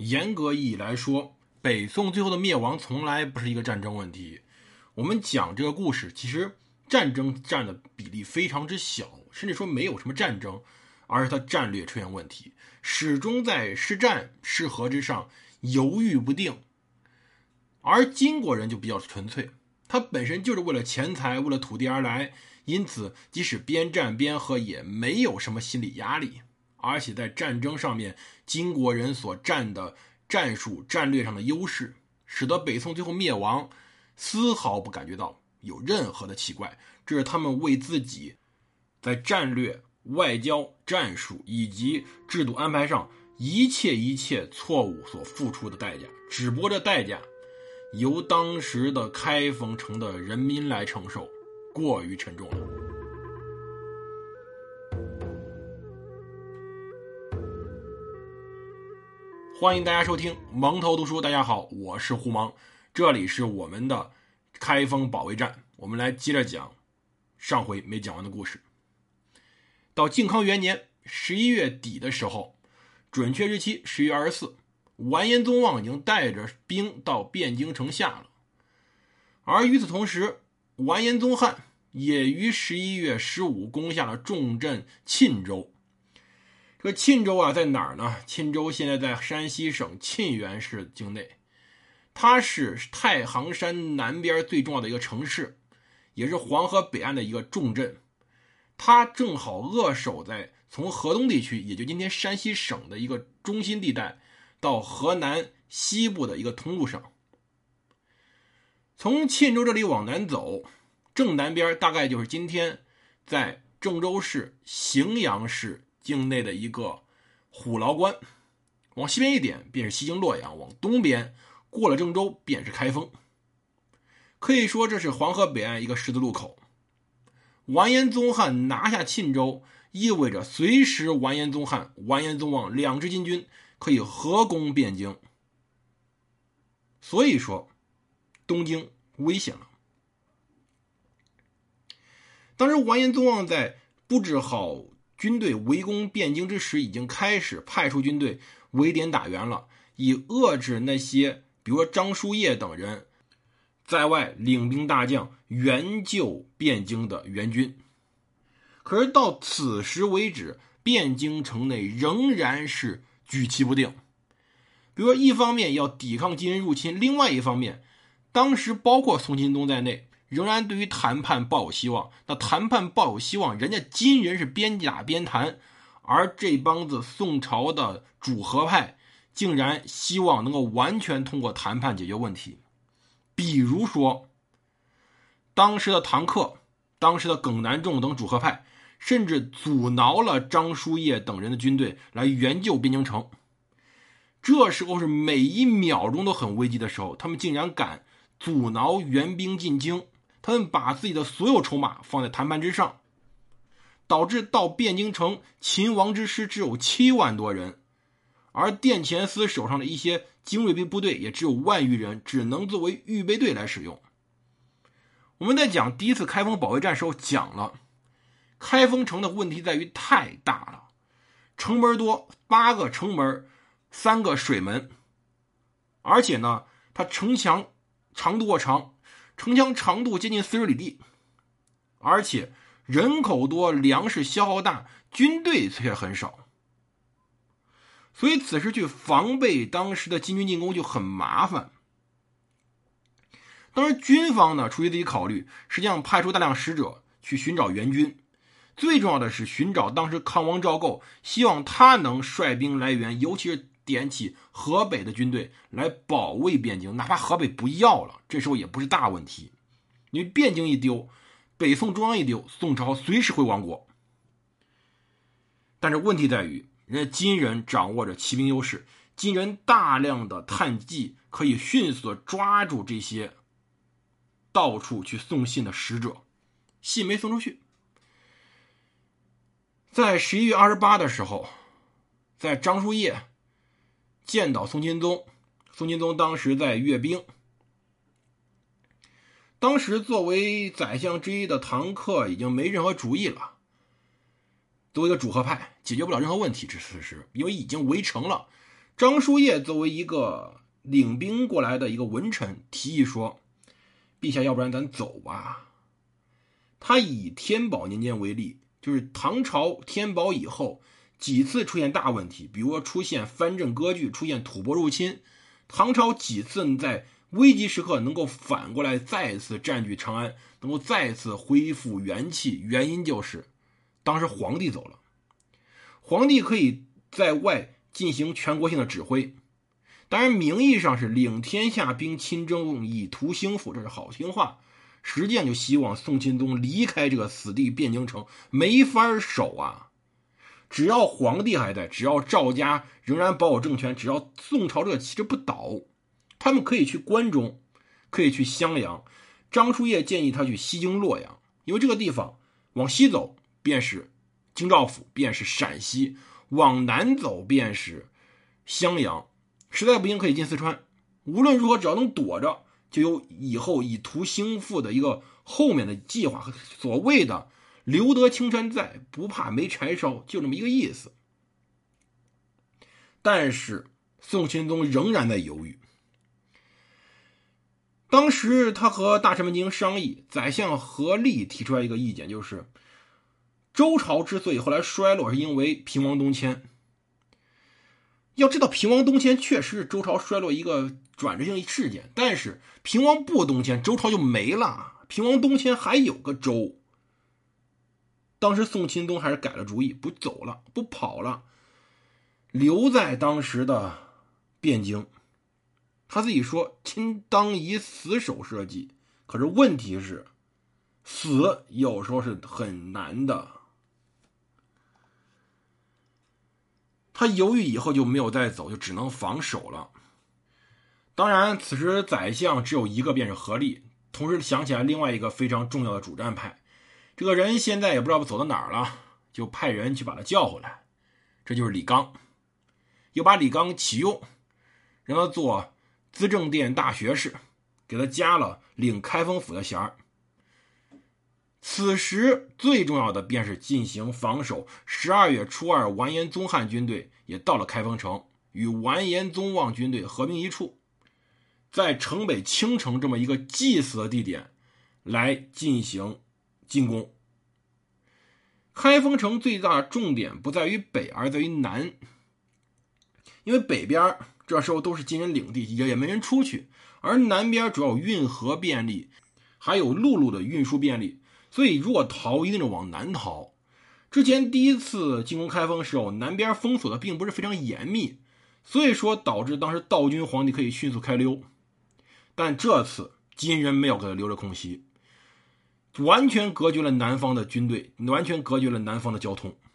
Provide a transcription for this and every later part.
严格意义来说，北宋最后的灭亡从来不是一个战争问题。我们讲这个故事，其实战争占的比例非常之小，甚至说没有什么战争，而是它战略出现问题，始终在是战是和之上犹豫不定。而金国人就比较纯粹，他本身就是为了钱财为了土地而来，因此即使边战边和也没有什么心理压力。而且在战争上面，金国人所占的战术战略上的优势，使得北宋最后灭亡丝毫不感觉到有任何的奇怪。这是他们为自己在战略、外交、战术以及制度安排上一切错误所付出的代价，只不过这代价由当时的开封城的人民来承受，过于沉重了。欢迎大家收听蒙头读书，大家好，我是胡蒙，这里是我们的开封保卫战，我们来接着讲上回没讲完的故事。到靖康元年11月底的时候，准确日期10月24，完颜宗望已经带着兵到汴京城下了。而与此同时，完颜宗翰也于11月15攻下了重镇沁州。这个沁州啊，在哪儿呢？沁州现在在山西省沁源市境内，它是太行山南边最重要的一个城市，也是黄河北岸的一个重镇。它正好扼守在从河东地区，也就今天山西省的一个中心地带，到河南西部的一个通路上。从沁州这里往南走，正南边大概就是今天在郑州市荥阳市境内的一个虎牢关，往西边一点便是西京洛阳，往东边过了郑州便是开封。可以说这是黄河北岸一个十字路口。完颜宗翰拿下沁州，意味着随时完颜宗翰、完颜宗望两支金军可以合攻汴京。所以说东京危险了。当时完颜宗望在布置好军队围攻汴京之时，已经开始派出军队围点打援了，以遏制那些比如说张叔夜等人在外领兵大将援救汴京的援军。可是到此时为止，汴京城内仍然是举棋不定。比如说一方面要抵抗金人入侵，另外一方面当时包括宋钦宗在内仍然对于谈判抱有希望。那谈判抱有希望，人家金人是边打边谈，而这帮子宋朝的主和派竟然希望能够完全通过谈判解决问题。比如说当时的唐克、当时的耿南仲等主和派甚至阻挠了张叔夜等人的军队来援救汴京城。这时候是每一秒钟都很危机的时候，他们竟然敢阻挠援兵进京，他们把自己的所有筹码放在谈判之上，导致到汴京城秦王之师只有7万多人，而殿前司手上的一些精锐部队也只有1万余人，只能作为预备队来使用。我们在讲第一次开封保卫战时候讲了，开封城的问题在于太大了，城门多，8个城门，3个水门，而且呢它城墙长度过长，城墙长度接近40里地，而且人口多，粮食消耗大，军队却很少。所以此时去防备当时的金军进攻就很麻烦。当时军方呢出于自己考虑，实际上派出大量使者去寻找援军，最重要的是寻找当时康王赵构，希望他能率兵来援，尤其是点起河北的军队来保卫汴京，哪怕河北不要了，这时候也不是大问题。因为汴京一丢，北宋中央一丢，宋朝随时会亡国。但是问题在于，人家金人掌握着骑兵优势，金人大量的探计可以迅速的抓住这些到处去送信的使者，信没送出去。在11月28的时候，在张叔夜见到宋钦宗，宋钦宗当时在阅兵。当时作为宰相之一的唐克已经没任何主意了，作为一个主和派解决不了任何问题，此时因为已经围城了， 张叔夜作为一个领兵过来的一个文臣，提议说：“陛下，要不然咱走吧。”他以天宝年间为例，就是唐朝天宝以后几次出现大问题，比如说出现藩镇割据，出现吐蕃入侵，唐朝几次在危急时刻能够反过来再次占据长安，能够再次恢复元气，原因就是当时皇帝走了，皇帝可以在外进行全国性的指挥，当然名义上是领天下兵亲征以图兴复，这是好听话，实际上就希望宋钦宗离开这个死地汴京城，没法守啊。只要皇帝还在，只要赵家仍然保有政权，只要宋朝这个旗帜不倒，他们可以去关中，可以去襄阳。张叔夜建议他去西京洛阳，因为这个地方往西走便是京兆府，便是陕西，往南走便是襄阳，实在不行可以进四川。无论如何，只要能躲着，就有以后以图兴复的一个后面的计划。所谓的留得青山在，不怕没柴烧，就这么一个意思。但是宋钦宗仍然在犹豫。当时他和大臣们进行商议，宰相何立提出来一个意见，就是周朝之所以后来衰落，是因为平王东迁。要知道平王东迁确实是周朝衰落一个转折性事件，但是平王不东迁，周朝就没了。平王东迁还有个周。当时宋钦宗还是改了主意，不走了，不跑了，留在当时的汴京。他自己说：“亲当以死守社稷。”可是问题是，死有时候是很难的。他犹豫以后就没有再走，就只能防守了。当然，此时宰相只有一个，便是何立。同时想起来另外一个非常重要的主战派，这个人现在也不知道走到哪儿了，就派人去把他叫回来。这就是李纲，又把李纲启用，让他做资政殿大学士，给他加了领开封府的衔儿。此时最重要的便是进行防守。12月初2，完颜宗翰军队也到了开封城，与完颜宗望军队合兵一处，在城北青城这么一个祭祀的地点来进行进攻。开封城最大的重点不在于北，而在于南，因为北边这时候都是金人领地，也没人出去，而南边主要运河便利，还有陆路的运输便利，所以如果逃一定是往南逃。之前第一次进攻开封的时候，南边封锁的并不是非常严密，所以说导致当时道君皇帝可以迅速开溜。但这次金人没有给他留着空隙，完全隔绝了南方的军队，完全隔绝了南方的交通。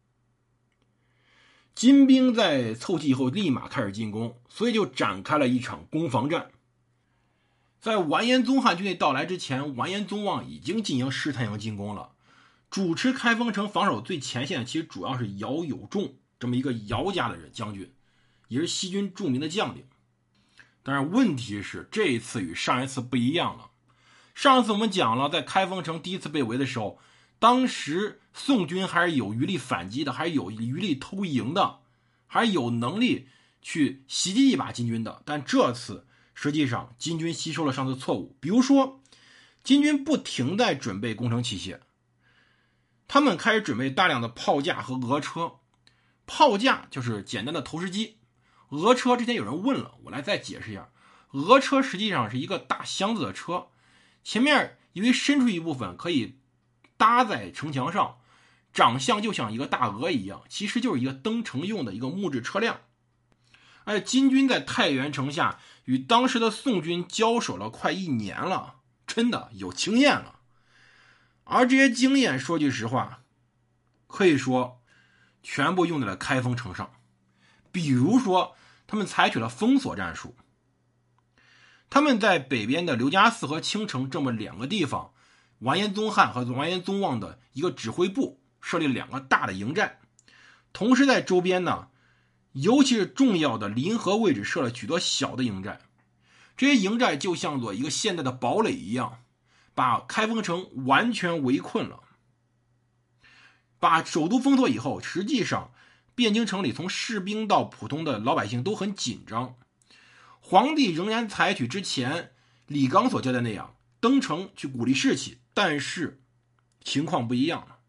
金兵在凑齐以后立马开始进攻，所以就展开了一场攻防战。在完颜宗翰军队到来之前，完颜宗望已经进行试探性进攻了。主持开封城防守最前线的其实主要是姚有仲，这么一个姚家的人将军，也是西军著名的将领。但是问题是这一次与上一次不一样了。上一次我们讲了，在开封城第一次被围的时候，当时宋军还是有余力反击的，还是有余力偷营的，还是有能力去袭击一把金军的。但这次实际上金军吸收了上次错误，比如说金军不停在准备工程器械，他们开始准备大量的炮架和俄车。炮架就是简单的投石机，俄车之前有人问了，我来再解释一下。俄车实际上是一个大箱子的车，前面由于伸出一部分可以搭在城墙上，长相就像一个大鹅一样，其实就是一个登城用的一个木质车辆。而金军在太原城下与当时的宋军交手了快1年了，真的有经验了。而这些经验说句实话，可以说全部用在了开封城上。比如说他们采取了封锁战术，他们在北边的刘家寺和青城这么2个地方，完颜宗翰和完颜宗望的一个指挥部设立2个大的营寨，同时在周边呢，尤其是重要的临河位置设了许多小的营寨。这些营寨就像做一个现代的堡垒一样，把开封城完全围困了。把首都封锁以后，实际上汴京城里从士兵到普通的老百姓都很紧张。皇帝仍然采取之前李纲所交代那样，登城去鼓励士气，但是情况不一样了。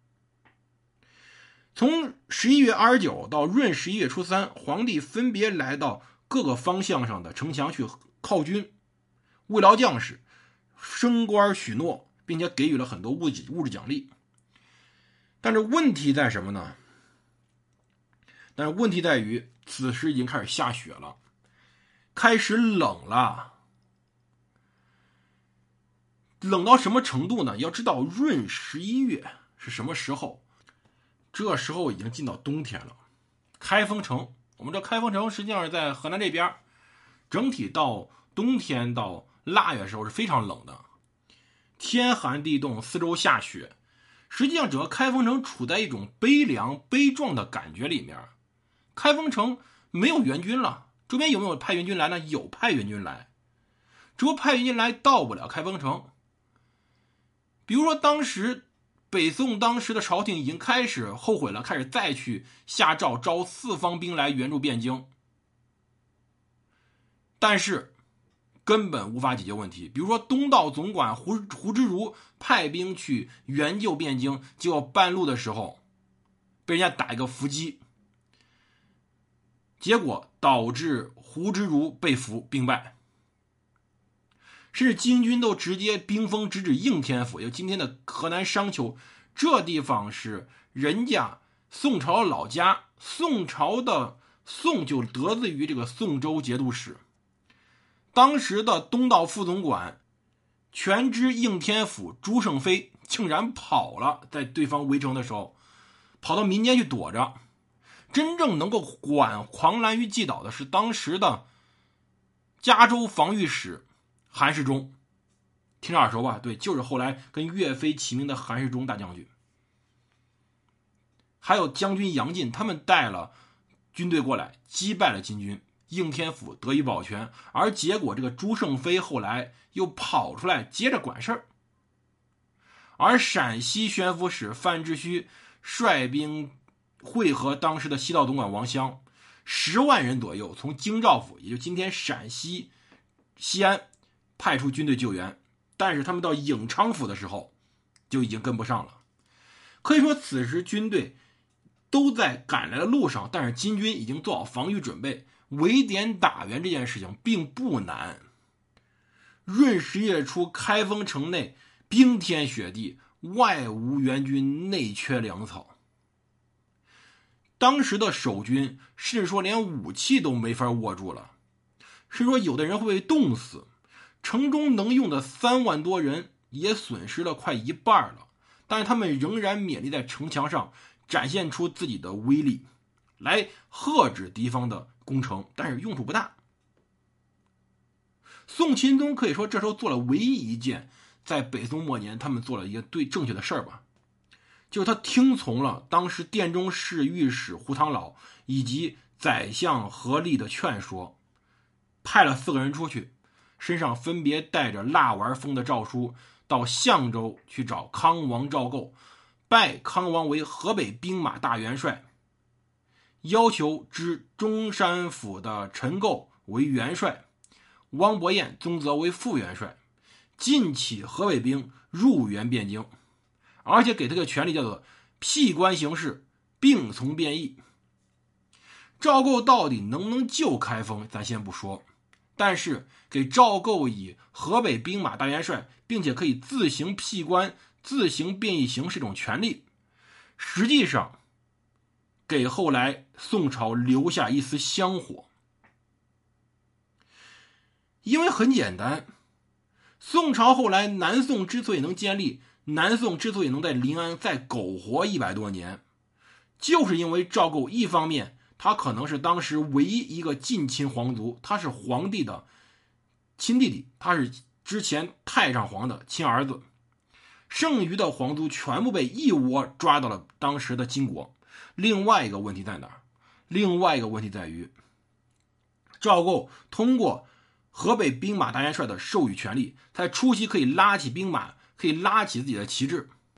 从11月29到闰11月初3，皇帝分别来到各个方向上的城墙去犒军，慰劳将士，升官许诺，并且给予了很多物质奖励。但是问题在什么呢？问题在于此时已经开始下雪了，开始冷了。冷到什么程度呢？要知道闰11月是什么时候？这时候已经进到冬天了。开封城，我们这开封城实际上是在河南这边，整体到冬天到腊月时候是非常冷的，天寒地冻，四周下雪。实际上整个开封城处在一种悲凉悲壮的感觉里面。开封城没有援军了，周边有没有派援军来呢？有派援军来，只不过派援军来到不了开封城。比如说北宋当时的朝廷已经开始后悔了，开始再去下诏招四方兵来援助汴京，但是根本无法解决问题。比如说东道总管胡之儒派兵去援救汴京，结果半路的时候被人家打一个伏击，结果导致胡之儒被俘兵败，甚至金军都直接兵锋直指应天府，也就今天的河南商丘。这地方是人家宋朝的老家，宋朝的宋就得自于这个宋州节度使。当时的东道副总管全知应天府朱胜非竟然跑了，在对方围城的时候跑到民间去躲着。真正能够管狂澜于既倒的是当时的嘉州防御使韩世忠，听着耳熟吧？对，就是后来跟岳飞齐名的韩世忠大将军。还有将军杨进，他们带了军队过来，击败了金军，应天府得以保全。而结果这个朱胜非后来又跑出来接着管事儿。而陕西宣抚使范志虚率兵会合当时的西道总管王襄，10万人左右，从京兆府，也就今天陕西西安派出军队救援，但是他们到颍昌府的时候就已经跟不上了。可以说此时军队都在赶来的路上，但是金军已经做好防御准备，围点打援这件事情并不难。闰11月初，开封城内冰天雪地，外无援军，内缺粮草。当时的守军甚至说连武器都没法握住了，甚至说有的人会被冻死。城中能用的3万多人也损失了快一半了，但是他们仍然勉力在城墙上展现出自己的威力，来遏制敌方的攻城，但是用处不大。宋钦宗可以说这时候做了唯一一件在北宋末年他们做了一个对正确的事儿吧，就是他听从了当时殿中侍御史胡唐老以及宰相何力的劝说，派了4个人出去，身上分别带着蜡丸封的诏书，到相州去找康王赵构，拜康王为河北兵马大元帅，要求知中山府的陈构为元帅，汪伯彦、宗泽为副元帅，尽起河北兵入援汴京，而且给他个权力叫做辟官行事，并从变异。赵构到底能不能救开封咱先不说，但是给赵构以河北兵马大元帅，并且可以自行辟官、自行变异行事这种权利，实际上给后来宋朝留下一丝香火。因为很简单，宋朝后来南宋之所以能建立，南宋之所以能在临安再苟活100多年，就是因为赵构一方面他可能是当时唯一一个近亲皇族，他是皇帝的亲弟弟，他是之前太上皇的亲儿子，剩余的皇族全部被一窝抓到了当时的金国。另外一个问题在哪儿？另外一个问题在于，赵构通过河北兵马大元帅的授予权力，他初期可以拉起兵马，可以拉起自己的旗帜。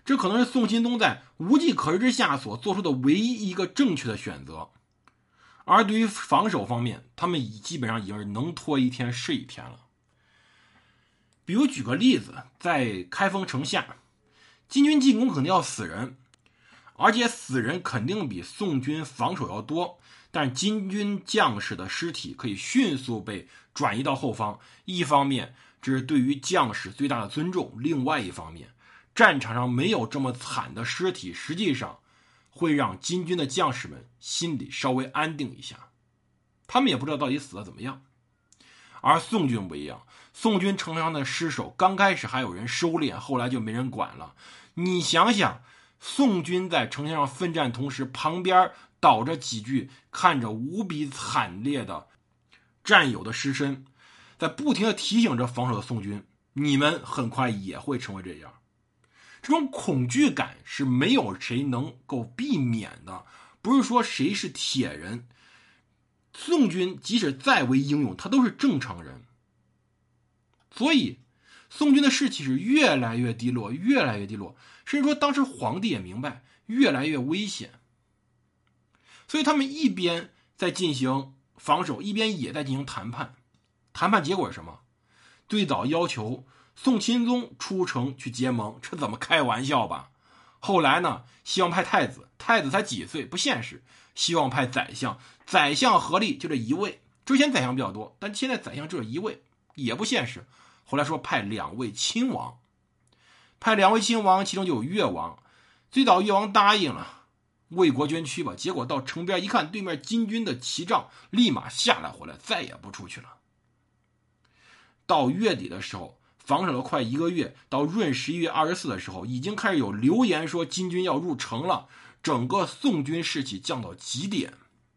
这可能是宋钦宗在无计可施之下所做出的唯一一个正确的选择。而对于防守方面，他们基本上已经是能拖一天是一天了。比如举个例子，在开封城下，金军进攻肯定要死人，而且死人肯定比宋军防守要多，但金军将士的尸体可以迅速被转移到后方，一方面这是对于将士最大的尊重，另外一方面战场上没有这么惨的尸体，实际上会让金军的将士们心里稍微安定一下，他们也不知道到底死得怎么样。而宋军不一样，宋军城上的尸首刚开始还有人收敛，后来就没人管了。你想想，宋军在城墙上奋战同时，旁边倒着几具看着无比惨烈的战友的尸身，在不停地提醒着防守的宋军，你们很快也会成为这样。这种恐惧感是没有谁能够避免的，不是说谁是铁人，宋军即使再为英勇，他都是正常人。所以宋军的士气是越来越低落，越来越低落，甚至说当时皇帝也明白越来越危险，所以他们一边在进行防守，一边也在进行谈判。谈判结果是什么？最早要求宋钦宗出城去结盟，这怎么开玩笑吧？后来呢，希望派太子，太子才几岁，不现实，希望派宰相，宰相合力就这一位，之前宰相比较多，但现在宰相只有一位，也不现实。后来说派2位亲王，派2位亲王，其中就有越王。最早越王答应了，为国捐躯吧，结果到城边一看，对面金军的旗仗，立马下来回来，再也不出去了。到月底的时候，防守了快1个月，到闰11月24的时候，已经开始有流言说金军要入城了，整个宋军士气降到极点。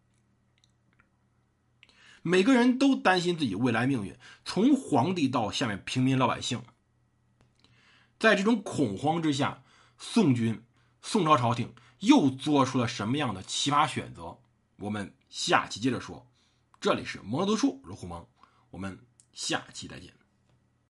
每个人都担心自己未来命运，从皇帝到下面平民老百姓。在这种恐慌之下，宋朝朝廷又做出了什么样的奇葩选择？我们下期接着说。这里是蒙读书，罗虎蒙，我们下期再见。